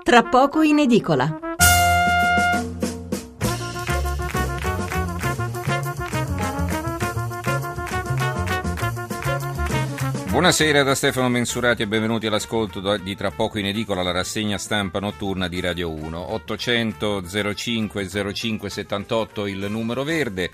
tra poco in edicola. Buonasera da Stefano Mensurati e benvenuti all'ascolto di Tra poco in edicola, la rassegna stampa notturna di Radio 1. 800 05 05 78 il numero verde,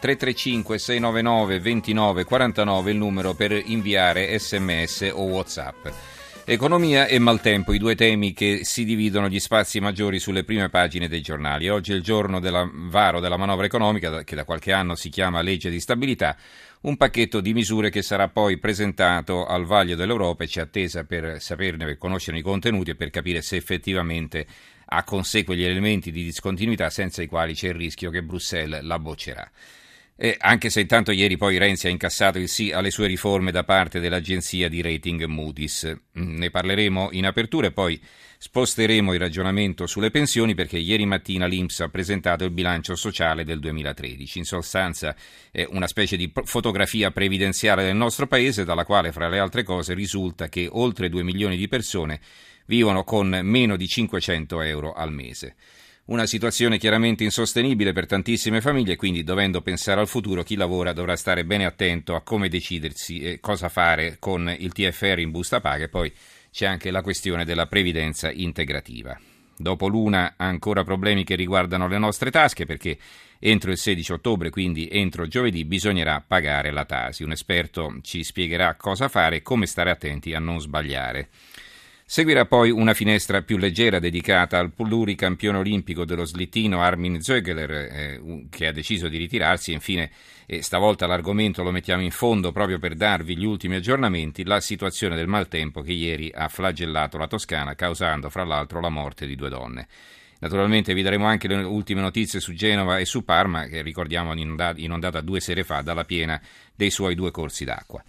335 699 29 49 il numero per inviare sms o WhatsApp. Economia e maltempo, i due temi che si dividono gli spazi maggiori sulle prime pagine dei giornali. Oggi è il giorno del varo della manovra economica, che da qualche anno si chiama legge di stabilità, un pacchetto di misure che sarà poi presentato al vaglio dell'Europa e c'è attesa per saperne, per conoscerne i contenuti e per capire se effettivamente ha con sé quegli elementi di discontinuità senza i quali c'è il rischio che Bruxelles la boccerà. Anche se intanto ieri poi Renzi ha incassato il sì alle sue riforme da parte dell'agenzia di rating Moody's. Ne parleremo in apertura e poi sposteremo il ragionamento sulle pensioni perché ieri mattina l'INPS ha presentato il bilancio sociale del 2013. In sostanza è una specie di fotografia previdenziale del nostro paese dalla quale, fra le altre cose, risulta che oltre 2 milioni di persone vivono con meno di 500 euro al mese. Una situazione chiaramente insostenibile per tantissime famiglie, quindi dovendo pensare al futuro chi lavora dovrà stare bene attento a come decidersi e cosa fare con il TFR in busta paga e poi c'è anche la questione della previdenza integrativa. Dopo l'una ancora problemi che riguardano le nostre tasche perché entro il 16 ottobre, quindi entro giovedì, bisognerà pagare la Tasi. Un esperto ci spiegherà cosa fare e come stare attenti a non sbagliare. Seguirà poi una finestra più leggera dedicata al pluricampione olimpico dello slittino Armin Zöggeler, che ha deciso di ritirarsi. E infine, stavolta l'argomento lo mettiamo in fondo proprio per darvi gli ultimi aggiornamenti, la situazione del maltempo che ieri ha flagellato la Toscana, causando fra l'altro la morte di 2 donne. Naturalmente vi daremo anche le ultime notizie su Genova e su Parma, che ricordiamo inondata 2 sere fa dalla piena dei suoi 2 corsi d'acqua.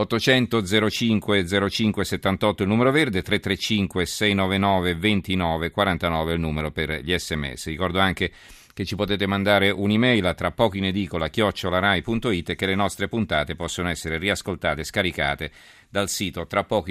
800 05 05 78 il numero verde, 335 699 29 49 il numero per gli sms. Ricordo anche che ci potete mandare un'email a trapocoinedicola@rai.it e che le nostre puntate possono essere riascoltate e scaricate dal sito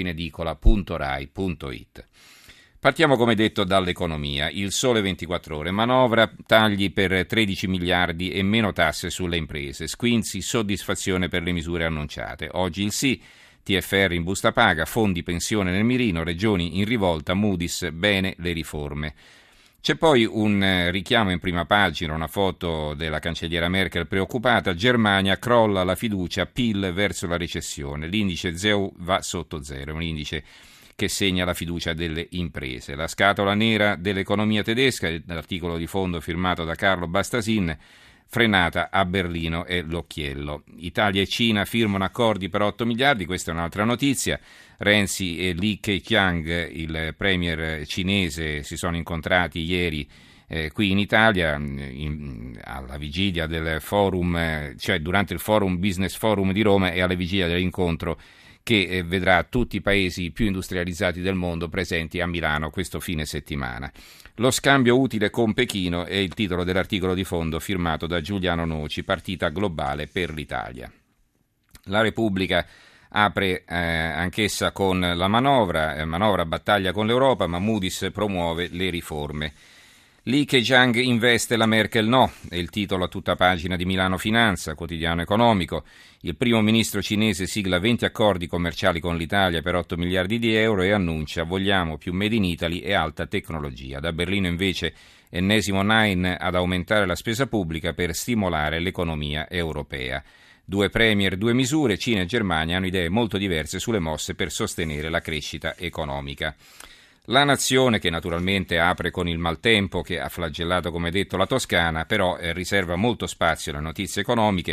trapocoinedicola.rai.it. Partiamo come detto dall'economia. Il Sole 24 Ore, manovra, tagli per 13 miliardi e meno tasse sulle imprese, squinzi, soddisfazione per le misure annunciate. Oggi il sì, TFR in busta paga, fondi pensione nel mirino, regioni in rivolta, Moody's, bene le riforme. C'è poi un richiamo in prima pagina, una foto della cancelliera Merkel preoccupata, Germania crolla la fiducia, PIL verso la recessione, l'indice ZEU va sotto zero, un indice che segna la fiducia delle imprese. La scatola nera dell'economia tedesca, l'articolo di fondo firmato da Carlo Bastasin, frenata a Berlino e l'occhiello. Italia e Cina firmano accordi per 8 miliardi, questa è un'altra notizia. Renzi e Li Keqiang, il premier cinese, si sono incontrati ieri qui in Italia alla vigilia del forum, cioè durante il forum Business Forum di Roma e alla vigilia dell'incontro che vedrà tutti i paesi più industrializzati del mondo presenti a Milano questo fine settimana. Lo scambio utile con Pechino è il titolo dell'articolo di fondo firmato da Giuliano Noci, partita globale per l'Italia. La Repubblica apre anch'essa con la manovra battaglia con l'Europa, ma Moody's promuove le riforme. Li Keqiang investe, la Merkel no, è il titolo a tutta pagina di Milano Finanza, quotidiano economico. Il primo ministro cinese sigla 20 accordi commerciali con l'Italia per 8 miliardi di euro e annuncia vogliamo più Made in Italy e alta tecnologia. Da Berlino invece ennesimo Nein ad aumentare la spesa pubblica per stimolare l'economia europea. 2 premier, 2 misure, Cina e Germania hanno idee molto diverse sulle mosse per sostenere la crescita economica. La Nazione, che naturalmente apre con il maltempo che ha flagellato, come detto, la Toscana, però riserva molto spazio alle notizie economiche.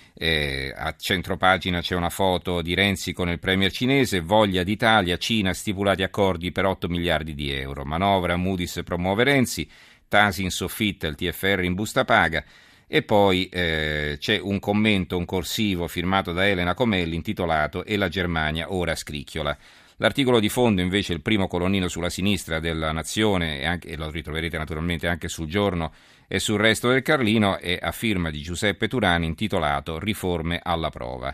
A centropagina c'è una foto di Renzi con il premier cinese, voglia d'Italia, Cina, stipulati accordi per 8 miliardi di euro. Manovra, Moody's promuove Renzi, Tasi in soffitta, il TFR in busta paga. E poi c'è un commento, un corsivo firmato da Elena Comelli intitolato E la Germania ora scricchiola. L'articolo di fondo invece, il primo colonnino sulla sinistra della Nazione, e lo ritroverete naturalmente anche sul Giorno e sul Resto del Carlino, è a firma di Giuseppe Turani intitolato Riforme alla prova.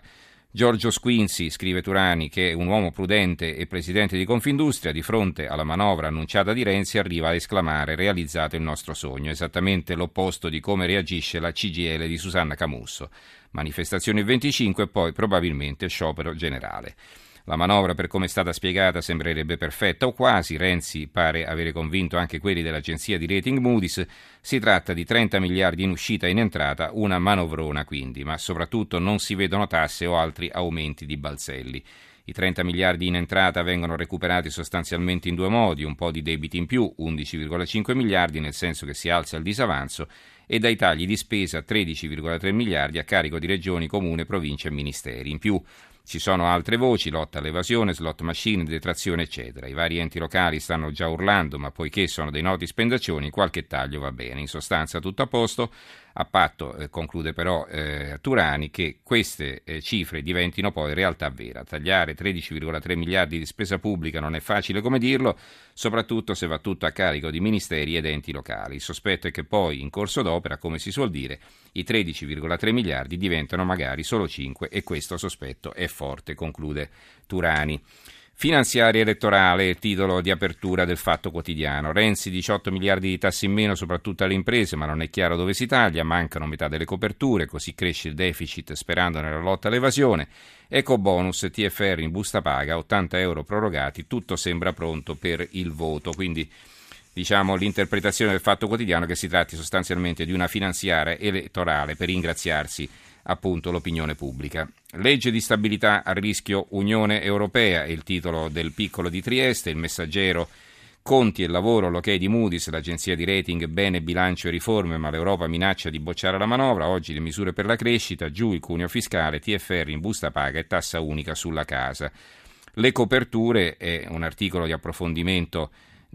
Giorgio Squinzi, scrive Turani, che è un uomo prudente e presidente di Confindustria, di fronte alla manovra annunciata di Renzi arriva a esclamare: realizzato il nostro sogno, esattamente l'opposto di come reagisce la CGIL di Susanna Camusso. Manifestazione il 25 e poi probabilmente sciopero generale. La manovra, per come è stata spiegata, sembrerebbe perfetta o quasi. Renzi pare avere convinto anche quelli dell'agenzia di rating Moody's. Si tratta di 30 miliardi in uscita e in entrata, una manovrona quindi, ma soprattutto non si vedono tasse o altri aumenti di balzelli. I 30 miliardi in entrata vengono recuperati sostanzialmente in due modi: un po' di debiti in più, 11,5 miliardi, nel senso che si alza il disavanzo, e dai tagli di spesa 13,3 miliardi a carico di regioni, comune, province e ministeri. In più ci sono altre voci: lotta all'evasione, slot machine, detrazione, eccetera. I vari enti locali stanno già urlando, ma poiché sono dei noti spendaccioni, qualche taglio va bene. In sostanza tutto a posto, a patto, conclude però Turani, che queste cifre diventino poi realtà vera. Tagliare 13,3 miliardi di spesa pubblica non è facile come dirlo, soprattutto se va tutto a carico di ministeri ed enti locali. Il sospetto è che poi, in corso d'opera, come si suol dire, i 13,3 miliardi diventano magari solo 5, e questo sospetto è forte, conclude Turani. Finanziaria elettorale, titolo di apertura del Fatto Quotidiano. Renzi, 18 miliardi di tasse in meno soprattutto alle imprese, ma non è chiaro dove si taglia, mancano metà delle coperture, così cresce il deficit sperando nella lotta all'evasione. Ecobonus, TFR in busta paga, 80 euro prorogati, tutto sembra pronto per il voto. Quindi diciamo l'interpretazione del Fatto Quotidiano che si tratti sostanzialmente di una finanziaria elettorale per ingraziarsi appunto l'opinione pubblica. Legge di stabilità a rischio Unione Europea è il titolo del Piccolo di Trieste. Il Messaggero: conti e lavoro, l'ok di Moody's, l'agenzia di rating, bene bilancio e riforme, ma l'Europa minaccia di bocciare la manovra. Oggi le misure per la crescita, giù il cuneo fiscale, TFR in busta paga e tassa unica sulla casa. Le coperture è un articolo di approfondimento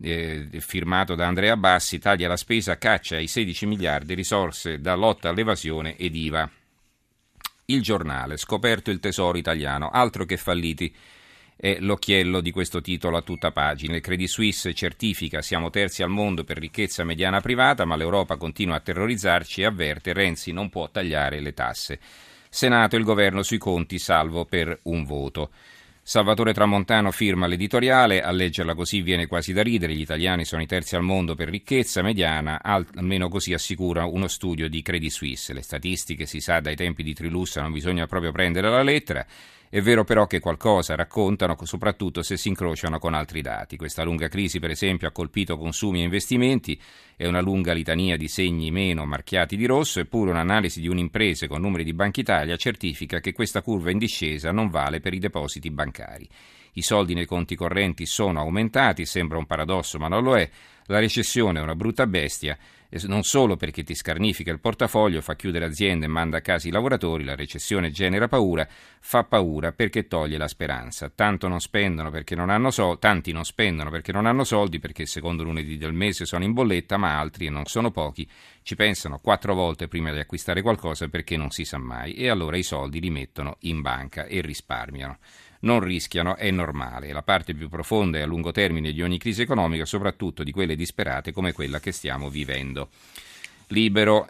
firmato da Andrea Bassi. Taglia la spesa, caccia i 16 miliardi, risorse da lotta all'evasione ed IVA. Il Giornale: scoperto il tesoro italiano, altro che falliti, è l'occhiello di questo titolo a tutta pagina. Il Credit Suisse certifica: siamo terzi al mondo per ricchezza mediana privata, ma l'Europa continua a terrorizzarci e avverte: Renzi non può tagliare le tasse. Senato: il governo sui conti salvo per un voto. Salvatore Tramontano firma l'editoriale, a leggerla così viene quasi da ridere. Gli italiani sono i terzi al mondo per ricchezza mediana, almeno così assicura uno studio di Credit Suisse. Le statistiche, si sa dai tempi di Trilussa, non bisogna proprio prendere alla lettera. È vero però che qualcosa raccontano, soprattutto se si incrociano con altri dati. Questa lunga crisi, per esempio, ha colpito consumi e investimenti. È una lunga litania di segni meno marchiati di rosso, eppure un'analisi di un'impresa con numeri di Banca Italia certifica che questa curva in discesa non vale per i depositi bancari. I soldi nei conti correnti sono aumentati, sembra un paradosso ma non lo è. La recessione è una brutta bestia, non solo perché ti scarnifica il portafoglio, fa chiudere aziende e manda a casa i lavoratori. La recessione genera paura, fa paura perché toglie la speranza. Tanti non spendono perché non hanno soldi, perché secondo lunedì del mese sono in bolletta, ma altri, e non sono pochi, ci pensano 4 volte prima di acquistare qualcosa perché non si sa mai, e allora i soldi li mettono in banca e risparmiano. Non rischiano, è normale. La parte più profonda e a lungo termine di ogni crisi economica, soprattutto di quelle disperate come quella che stiamo vivendo. Libero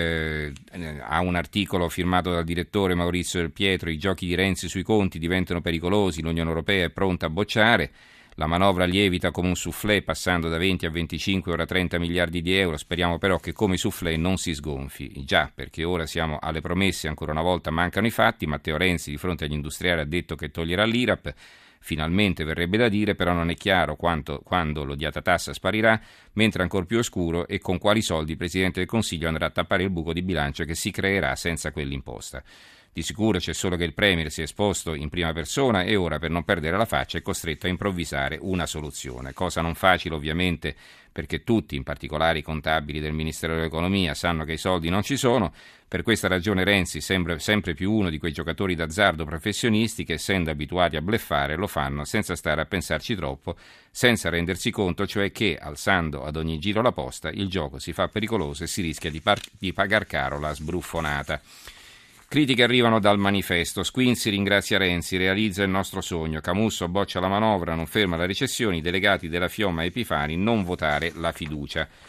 ha un articolo firmato dal direttore Maurizio Del Pietro: i giochi di Renzi sui conti diventano pericolosi, l'Unione Europea è pronta a bocciare. La manovra lievita come un soufflé, passando da 20 a 25, ora 30 miliardi di euro. Speriamo però che come soufflé non si sgonfi. Già, perché ora siamo alle promesse, ancora una volta mancano i fatti. Matteo Renzi di fronte agli industriali ha detto che toglierà l'IRAP. Finalmente, verrebbe da dire, però non è chiaro quando l'odiata tassa sparirà, mentre ancor più oscuro è con quali soldi il Presidente del Consiglio andrà a tappare il buco di bilancio che si creerà senza quell'imposta. Di sicuro c'è solo che il Premier si è esposto in prima persona e ora, per non perdere la faccia, è costretto a improvvisare una soluzione. Cosa non facile ovviamente, perché tutti, in particolare i contabili del Ministero dell'Economia, sanno che i soldi non ci sono. Per questa ragione Renzi sembra sempre più uno di quei giocatori d'azzardo professionisti che, essendo abituati a bluffare, lo fanno senza stare a pensarci troppo, senza rendersi conto cioè che, alzando ad ogni giro la posta, il gioco si fa pericoloso e si rischia di pagar caro la sbruffonata. Critiche arrivano dal Manifesto. Squinzi ringrazia Renzi, realizza il nostro sogno. Camusso boccia la manovra, non ferma la recessione. I delegati della Fiomma e Epifani: non votare la fiducia.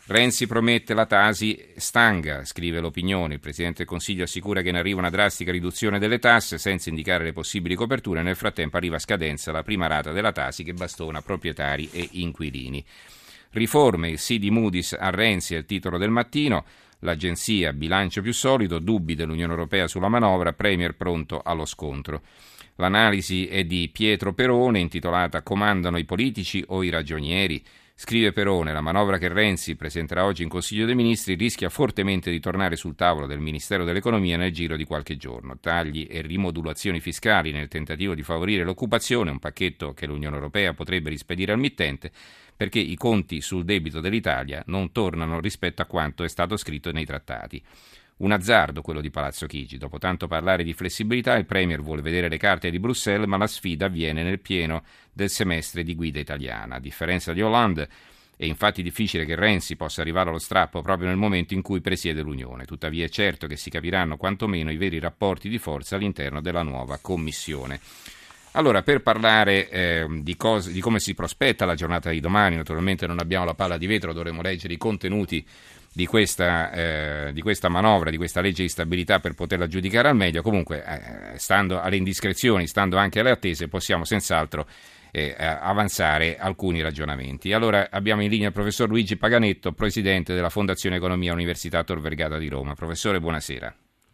Renzi promette la Tasi stanga, scrive l'Opinione. Il Presidente del Consiglio assicura che ne arriva una drastica riduzione delle tasse senza indicare le possibili coperture. Nel frattempo arriva a scadenza la prima rata della Tasi che bastona proprietari e inquilini. Riforme, il sì di Moody's a Renzi è il titolo del Mattino. L'agenzia bilancio più solido, dubbi dell'Unione Europea sulla manovra, Premier pronto allo scontro. L'analisi è di Pietro Perone, intitolata Comandano i politici o i ragionieri? Scrive Perone, la manovra che Renzi presenterà oggi in Consiglio dei Ministri rischia fortemente di tornare sul tavolo del Ministero dell'Economia nel giro di qualche giorno. Tagli e rimodulazioni fiscali nel tentativo di favorire l'occupazione, un pacchetto che l'Unione Europea potrebbe rispedire al mittente, perché i conti sul debito dell'Italia non tornano rispetto a quanto è stato scritto nei trattati. Un azzardo quello di Palazzo Chigi. Dopo tanto parlare di flessibilità, il Premier vuole vedere le carte di Bruxelles, ma la sfida avviene nel pieno del semestre di guida italiana. A differenza di Hollande, è infatti difficile che Renzi possa arrivare allo strappo proprio nel momento in cui presiede l'Unione. Tuttavia è certo che si capiranno quantomeno i veri rapporti di forza all'interno della nuova Commissione. Allora, per parlare di come si prospetta la giornata di domani, naturalmente non abbiamo la palla di vetro, dovremo leggere i contenuti di questa manovra, di questa legge di stabilità per poterla giudicare al meglio. Comunque, stando alle indiscrezioni, stando anche alle attese, possiamo senz'altro avanzare alcuni ragionamenti. Allora, abbiamo in linea il professor Luigi Paganetto, presidente della Fondazione Economia Università Tor Vergata di Roma. Professore, buonasera.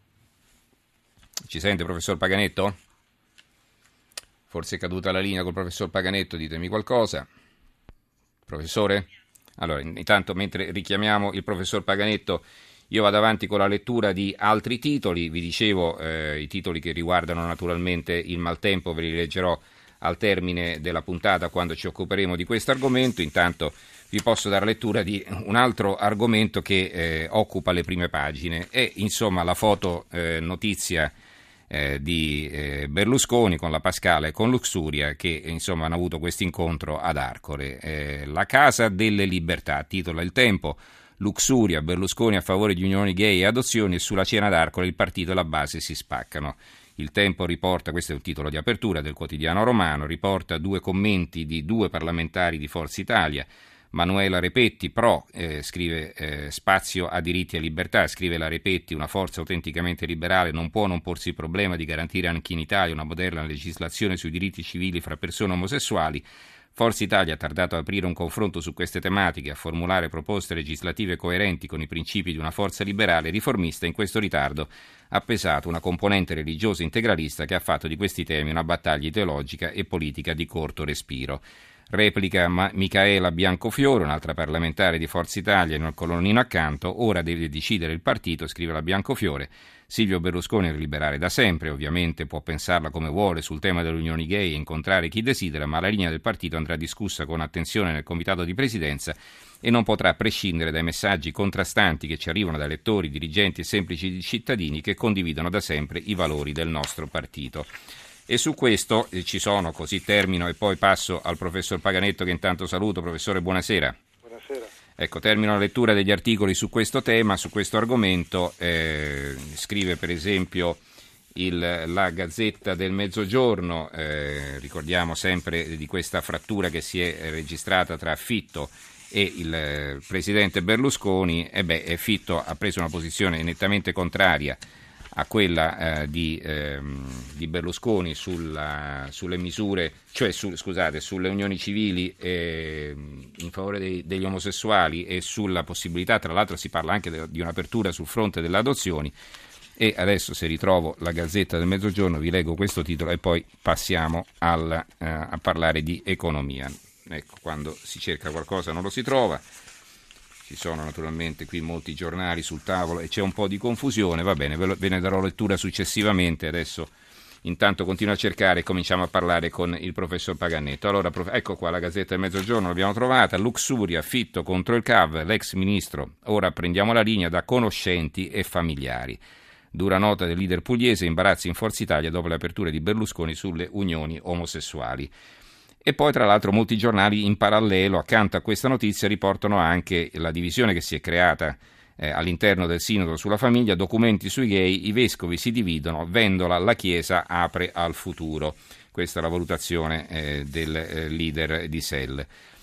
Ci sente, professor Paganetto? Forse è caduta la linea col professor Paganetto, ditemi qualcosa. Professore? Allora, intanto mentre richiamiamo il professor Paganetto, io vado avanti con la lettura di altri titoli. Vi dicevo, i titoli che riguardano naturalmente il maltempo ve li leggerò al termine della puntata quando ci occuperemo di questo argomento. Intanto vi posso dare lettura di un altro argomento che occupa le prime pagine. È insomma la foto notizia di Berlusconi con la Pascale e con Luxuria che insomma hanno avuto questo incontro ad Arcore. La Casa delle Libertà, titola Il Tempo. Luxuria, Berlusconi a favore di unioni gay e adozioni, e sulla cena d'Arcore il partito e la base si spaccano. Il Tempo riporta, questo è il titolo di apertura del quotidiano romano, riporta due commenti di due parlamentari di Forza Italia. Manuela Repetti, scrive spazio a diritti e libertà, scrive la Repetti, una forza autenticamente liberale non può non porsi il problema di garantire anche in Italia una moderna legislazione sui diritti civili fra persone omosessuali. Forza Italia ha tardato ad aprire un confronto su queste tematiche, a formulare proposte legislative coerenti con i principi di una forza liberale e riformista. In questo ritardo ha pesato una componente religiosa integralista che ha fatto di questi temi una battaglia ideologica e politica di corto respiro. Replica Micaela Biancofiore, un'altra parlamentare di Forza Italia, in un colonnino accanto. Ora deve decidere il partito, scrive la Biancofiore. Silvio Berlusconi è liberale da sempre, ovviamente può pensarla come vuole sul tema delle unioni gay e incontrare chi desidera, ma la linea del partito andrà discussa con attenzione nel comitato di presidenza e non potrà prescindere dai messaggi contrastanti che ci arrivano da elettori, dirigenti e semplici cittadini che condividono da sempre i valori del nostro partito. E su questo ci sono, così termino e poi passo al professor Paganetto che intanto saluto. Professore, buonasera. Buonasera. Ecco, termino la lettura degli articoli su questo tema, su questo argomento. Scrive per esempio la Gazzetta del Mezzogiorno, ricordiamo sempre di questa frattura che si è registrata tra Fitto e il presidente Berlusconi. Fitto ha preso una posizione nettamente contraria a quella di Berlusconi sulle misure, sulle unioni civili in favore degli omosessuali e sulla possibilità, tra l'altro si parla anche di un'apertura sul fronte delle adozioni. E adesso, se ritrovo la Gazzetta del Mezzogiorno, vi leggo questo titolo e poi passiamo a parlare di economia. Ecco, quando si cerca qualcosa non lo si trova. Ci sono naturalmente qui molti giornali sul tavolo e c'è un po' di confusione, va bene, ve ne darò lettura successivamente. Adesso intanto continuo a cercare e cominciamo a parlare con il professor Paganetto. Allora, ecco qua la Gazzetta del Mezzogiorno, l'abbiamo trovata. Luxuria, Fitto contro il CAV, l'ex ministro, ora prendiamo la linea da conoscenti e familiari. Dura nota del leader pugliese, imbarazzi in Forza Italia dopo le aperture di Berlusconi sulle unioni omosessuali. E poi, tra l'altro, molti giornali in parallelo, accanto a questa notizia, riportano anche la divisione che si è creata all'interno del Sinodo sulla famiglia, documenti sui gay, i vescovi si dividono, Vendola, la Chiesa apre al futuro. Questa è la valutazione del leader di SEL.